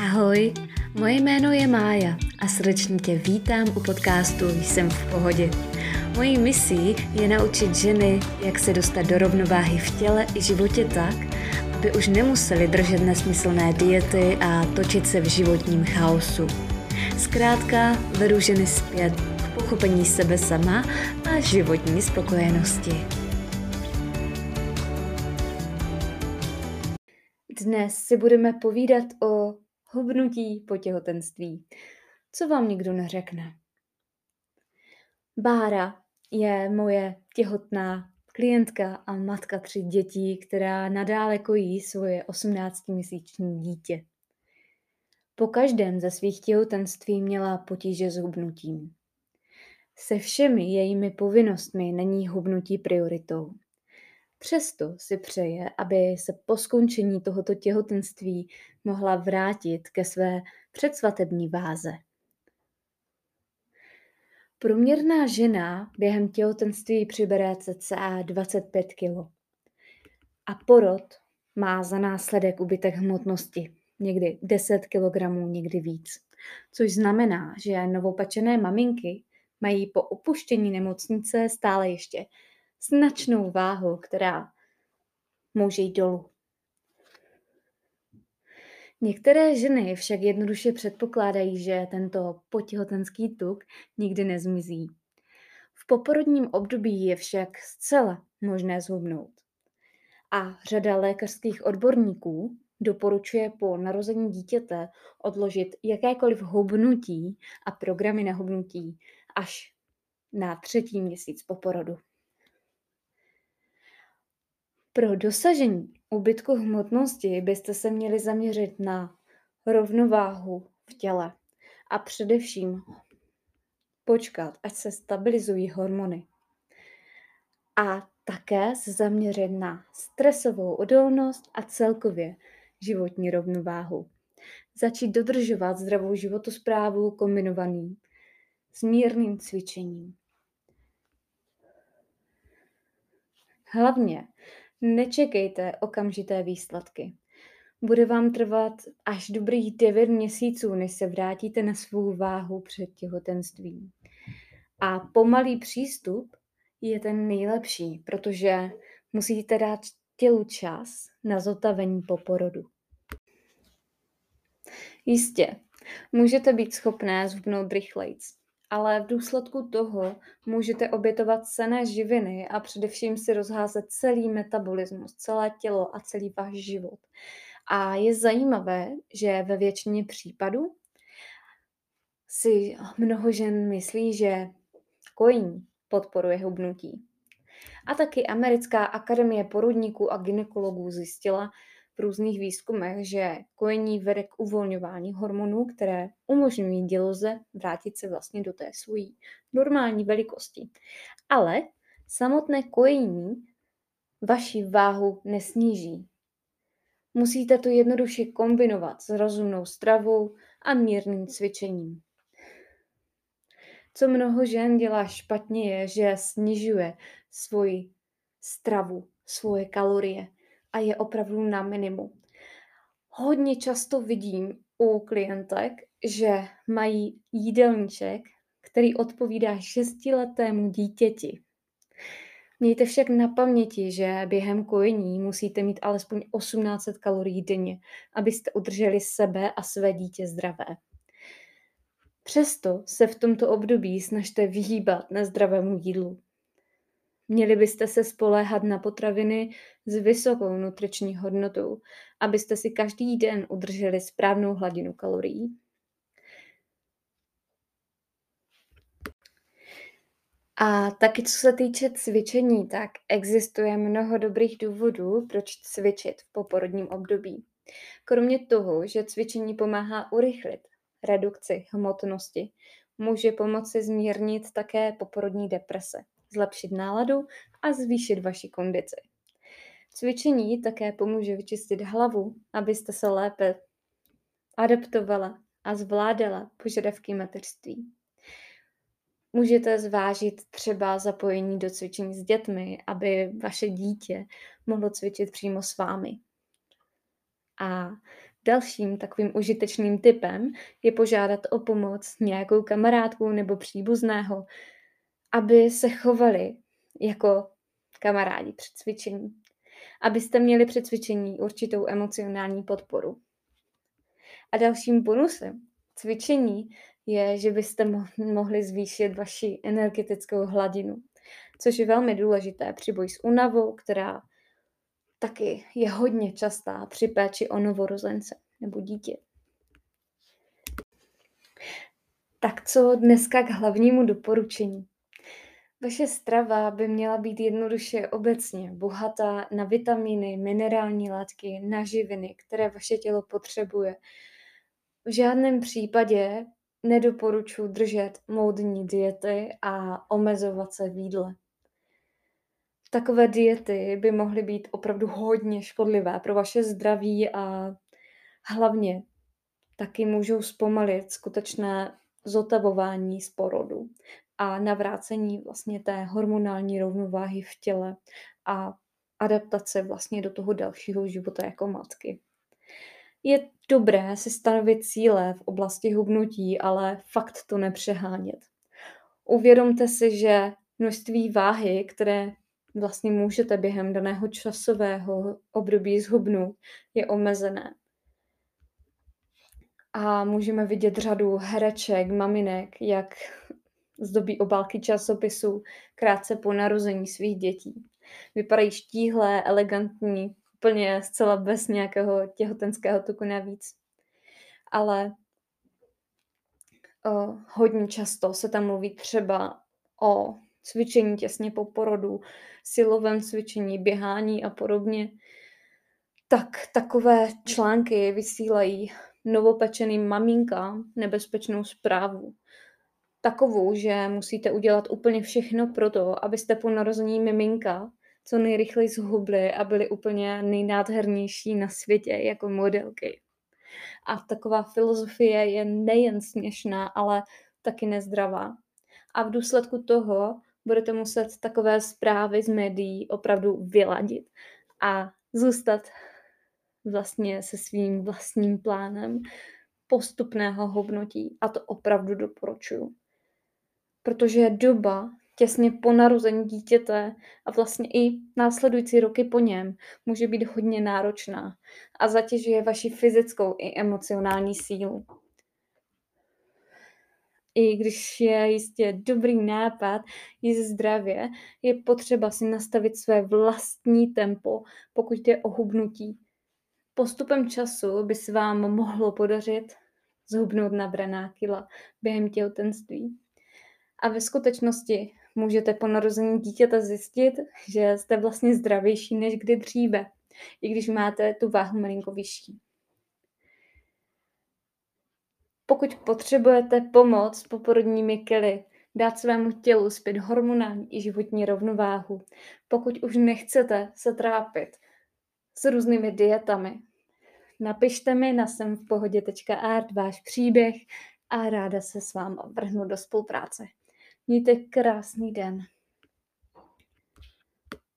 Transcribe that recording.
Ahoj, moje jméno je Mája a srdečně tě vítám u podcastu Jsem v pohodě. Mojí misí je naučit ženy, jak se dostat do rovnováhy v těle i životě tak, aby už nemuseli držet nesmyslné diety a točit se v životním chaosu. Zkrátka vedu ženy zpět k pochopení sebe sama a životní spokojenosti. Dnes si budeme povídat o hubnutí po těhotenství. Co vám nikdo neřekne? Bára je moje těhotná klientka a matka 3 dětí, která nadále kojí svoje 18měsíční dítě. Po každém ze svých těhotenství měla potíže s hubnutím. Se všemi jejími povinnostmi není hubnutí prioritou. Přesto si přeje, aby se po skončení tohoto těhotenství mohla vrátit ke své předsvatební váze. Průměrná žena během těhotenství přibere cca 25 kg. A porod má za následek úbytek hmotnosti, někdy 10 kg, někdy víc. Což znamená, že novopečené maminky mají po opuštění nemocnice stále ještě značnou váhu, která může jít dolů. Některé ženy však jednoduše předpokládají, že tento potěhotenský tuk nikdy nezmizí. V poporodním období je však zcela možné zhubnout. A řada lékařských odborníků doporučuje po narození dítěte odložit jakékoliv hubnutí a programy na hubnutí až na 3. měsíc po porodu. Pro dosažení úbytku hmotnosti byste se měli zaměřit na rovnováhu v těle a především počkat, ať se stabilizují hormony. A také se zaměřit na stresovou odolnost a celkově životní rovnováhu. Začít dodržovat zdravou životosprávu kombinovaný s mírným cvičením. Hlavně nečekejte okamžité výsledky. Bude vám trvat až dobrých 9 měsíců, než se vrátíte na svou váhu před těhotenstvím. A pomalý přístup je ten nejlepší, protože musíte dát tělu čas na zotavení po porodu. Jistě, můžete být schopné zhubnout rychlejc, ale v důsledku toho můžete obětovat cenné živiny a především si rozházet celý metabolismus, celé tělo a celý váš život. A je zajímavé, že ve většině případů si mnoho žen myslí, že kojení podporuje hubnutí. A taky Americká akademie porodníků a gynekologů zjistila v různých výzkumech, že kojení vede k uvolňování hormonů, které umožňují děloze vrátit se vlastně do té své normální velikosti. Ale samotné kojení vaši váhu nesníží. Musíte to jednoduše kombinovat s rozumnou stravou a mírným cvičením. Co mnoho žen dělá špatně je, že snižuje svoji stravu, svoje kalorie a je opravdu na minimum. Hodně často vidím u klientek, že mají jídelníček, který odpovídá 6letému dítěti. Mějte však na paměti, že během kojení musíte mít alespoň 1800 kalorií denně, abyste udrželi sebe a své dítě zdravé. Přesto se v tomto období snažte vyhýbat nezdravému jídlu. Měli byste se spoléhat na potraviny s vysokou nutriční hodnotou, abyste si každý den udrželi správnou hladinu kalorií. A taky co se týče cvičení, tak existuje mnoho dobrých důvodů, proč cvičit v poporodním období. Kromě toho, že cvičení pomáhá urychlit redukci hmotnosti, může pomoci zmírnit také poporodní deprese, zlepšit náladu a zvýšit vaši kondici. Cvičení také pomůže vyčistit hlavu, abyste se lépe adaptovala a zvládala požadavky mateřství. Můžete zvážit třeba zapojení do cvičení s dětmi, aby vaše dítě mohlo cvičit přímo s vámi. A Dalším takovým užitečným tipem je požádat o pomoc nějakou kamarádku nebo příbuzného, aby se chovali jako kamarádi při cvičení. Abyste měli při cvičení určitou emocionální podporu. A dalším bonusem cvičení je, že byste mohli zvýšit vaši energetickou hladinu, což je velmi důležité při boji s únavou, která taky je hodně častá při péči o novorozence nebo dítě. Tak co dneska k hlavnímu doporučení? Vaše strava by měla být jednoduše obecně bohatá na vitamíny, minerální látky, na živiny, které vaše tělo potřebuje. V žádném případě nedoporučuji držet módní diety a omezovat se v jídle. Takové diety by mohly být opravdu hodně škodlivé pro vaše zdraví a hlavně taky můžou zpomalit skutečné zotavování z porodu a navrácení vlastně té hormonální rovnováhy v těle a adaptace vlastně do toho dalšího života jako matky. Je dobré si stanovit cíle v oblasti hubnutí, ale fakt to nepřehánět. Uvědomte si, že množství váhy, které vlastně můžete během daného časového období zhubnout, je omezené. A můžeme vidět řadu hereček, maminek, jak zdobí obálky časopisů krátce po narození svých dětí. Vypadají štíhlé, elegantní, úplně zcela bez nějakého těhotenského tuku navíc. Ale hodně často se tam mluví třeba o cvičení těsně po porodu, silovém cvičení, běhání a podobně. Tak takové články vysílají novopečeným maminkám nebezpečnou zprávu. Takovou, že musíte udělat úplně všechno pro to, abyste po narození miminka co nejrychleji zhubli a byli úplně nejnádhernější na světě jako modelky. A taková filozofie je nejen směšná, ale taky nezdravá. A v důsledku toho budete muset takové zprávy z médií opravdu vyladit a zůstat vlastně se svým vlastním plánem postupného hubnutí. A to opravdu doporučuji. Protože doba těsně po narození dítěte a vlastně i následující roky po něm může být hodně náročná a zatěžuje vaši fyzickou i emocionální sílu. I když je jistě dobrý nápad jíst zdravě, je potřeba si nastavit své vlastní tempo, pokud jde o hubnutí. Postupem času by se vám mohlo podařit zhubnout nabraná kila během těhotenství. A ve skutečnosti můžete po narození dítěte zjistit, že jste vlastně zdravější než kdy dříve, i když máte tu váhu malinko vyšší. Pokud potřebujete pomoc s poporodními kily, dát svému tělu zpět hormonální i životní rovnováhu, pokud už nechcete se trápit s různými dietami, napište mi na semvpohodě.art váš příběh a ráda se s vámi vrhnu do spolupráce. Mějte krásný den.